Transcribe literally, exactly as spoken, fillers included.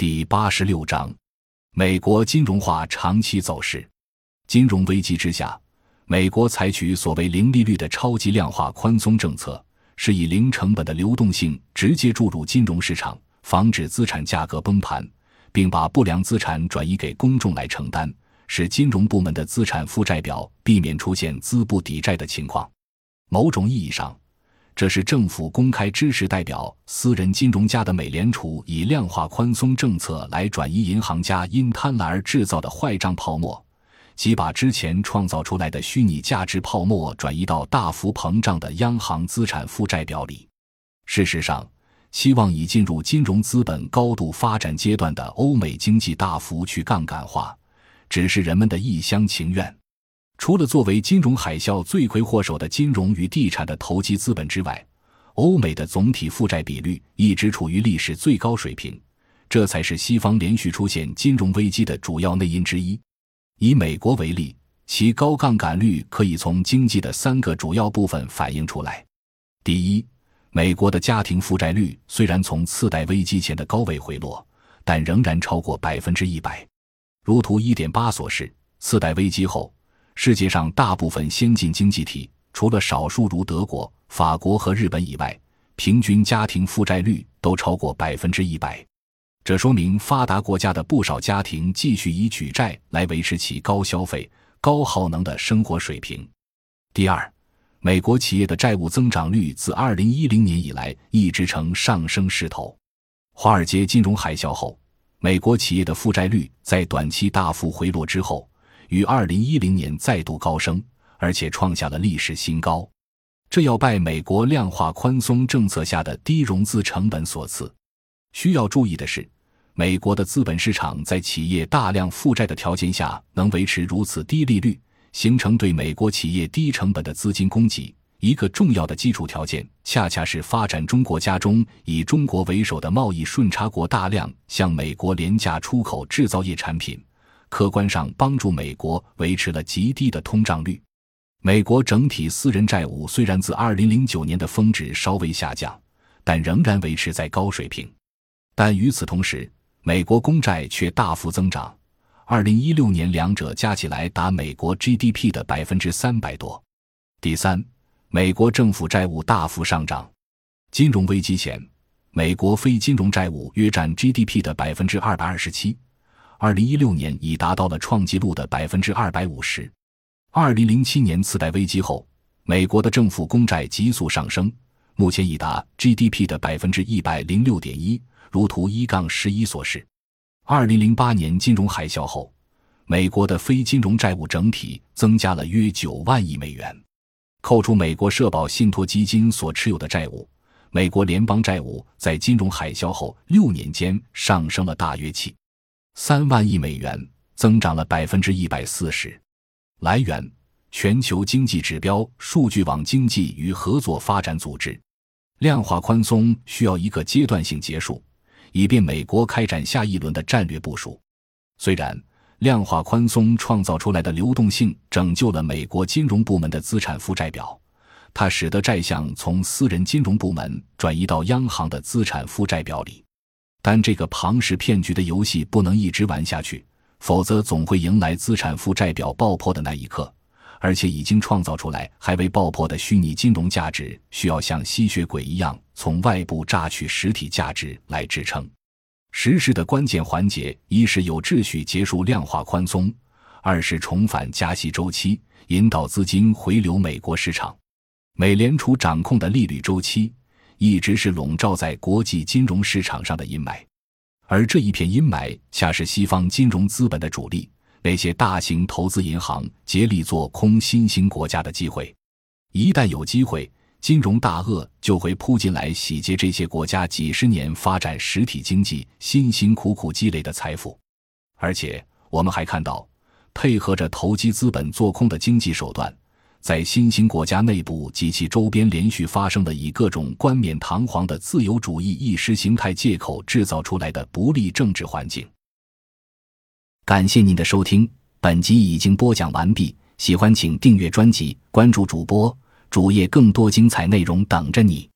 第八十六章，美国金融化长期走势。金融危机之下，美国采取所谓零利率的超级量化宽松政策，是以零成本的流动性直接注入金融市场，防止资产价格崩盘，并把不良资产转移给公众来承担，使金融部门的资产负债表避免出现资不抵债的情况。某种意义上，这是政府公开支持代表私人金融家的美联储以量化宽松政策来转移银行家因贪婪而制造的坏账泡沫，即把之前创造出来的虚拟价值泡沫转移到大幅膨胀的央行资产负债表里。事实上，希望已进入金融资本高度发展阶段的欧美经济大幅去杠杆化，只是人们的一厢情愿。除了作为金融海啸罪魁祸首的金融与地产的投机资本之外，欧美的总体负债比率一直处于历史最高水平，这才是西方连续出现金融危机的主要内因之一。以美国为例，其高杠杆率可以从经济的三个主要部分反映出来。第一，美国的家庭负债率虽然从次贷危机前的高位回落，但仍然超过 百分之百。 如图 一点八 所示，次贷危机后，世界上大部分先进经济体，除了少数如德国、法国和日本以外，平均家庭负债率都超过 百分之百。 这说明发达国家的不少家庭继续以举债来维持其高消费、高耗能的生活水平。第二，美国企业的债务增长率自二零一零年以来一直呈上升势头。华尔街金融海啸后，美国企业的负债率在短期大幅回落之后，于二零一零年再度高升，而且创下了历史新高。这要拜美国量化宽松政策下的低融资成本所赐。需要注意的是，美国的资本市场在企业大量负债的条件下能维持如此低利率，形成对美国企业低成本的资金供给。一个重要的基础条件，恰恰是发展中国家中以中国为首的贸易顺差国大量向美国廉价出口制造业产品，客观上帮助美国维持了极低的通胀率。美国整体私人债务虽然自二零零九年的峰值稍微下降，但仍然维持在高水平。但与此同时，美国公债却大幅增长，二零一六年两者加起来达美国 G D P 的 百分之三百 多。第三，美国政府债务大幅上涨。金融危机前，美国非金融债务约占 G D P 的 百分之二百二十七，二零一六年已达到了创纪录的 百分之二百五十。二零零七年次贷危机后，美国的政府公债急速上升，目前已达 G D P 的 百分之一百零六点一， 如图 一十一 所示。二零零八年金融海啸后，美国的非金融债务整体增加了约九万亿美元。扣除美国社保信托基金所持有的债务，美国联邦债务在金融海啸后六年间上升了大约七三万亿美元，增长了 百分之一百四十。 来源：全球经济指标数据网经济与合作发展组织。量化宽松需要一个阶段性结束，以便美国开展下一轮的战略部署。虽然量化宽松创造出来的流动性拯救了美国金融部门的资产负债表，它使得债项从私人金融部门转移到央行的资产负债表里。但这个庞氏骗局的游戏不能一直玩下去，否则总会迎来资产负债表爆破的那一刻，而且已经创造出来还未爆破的虚拟金融价值需要像吸血鬼一样从外部榨取实体价值来支撑。实施的关键环节，一是有秩序结束量化宽松，二是重返加息周期，引导资金回流美国市场。美联储掌控的利率周期一直是笼罩在国际金融市场上的阴霾，而这一片阴霾恰是西方金融资本的主力，那些大型投资银行竭力做空新兴国家的机会。一旦有机会，金融大鳄就会扑进来洗劫这些国家几十年发展实体经济辛辛苦苦积累的财富。而且我们还看到，配合着投机资本做空的经济手段，在新兴国家内部及其周边连续发生的以各种冠冕堂皇的自由主义意识形态借口制造出来的不利政治环境。感谢您的收听，本集已经播讲完毕，喜欢请订阅专辑，关注主播，主页更多精彩内容等着你。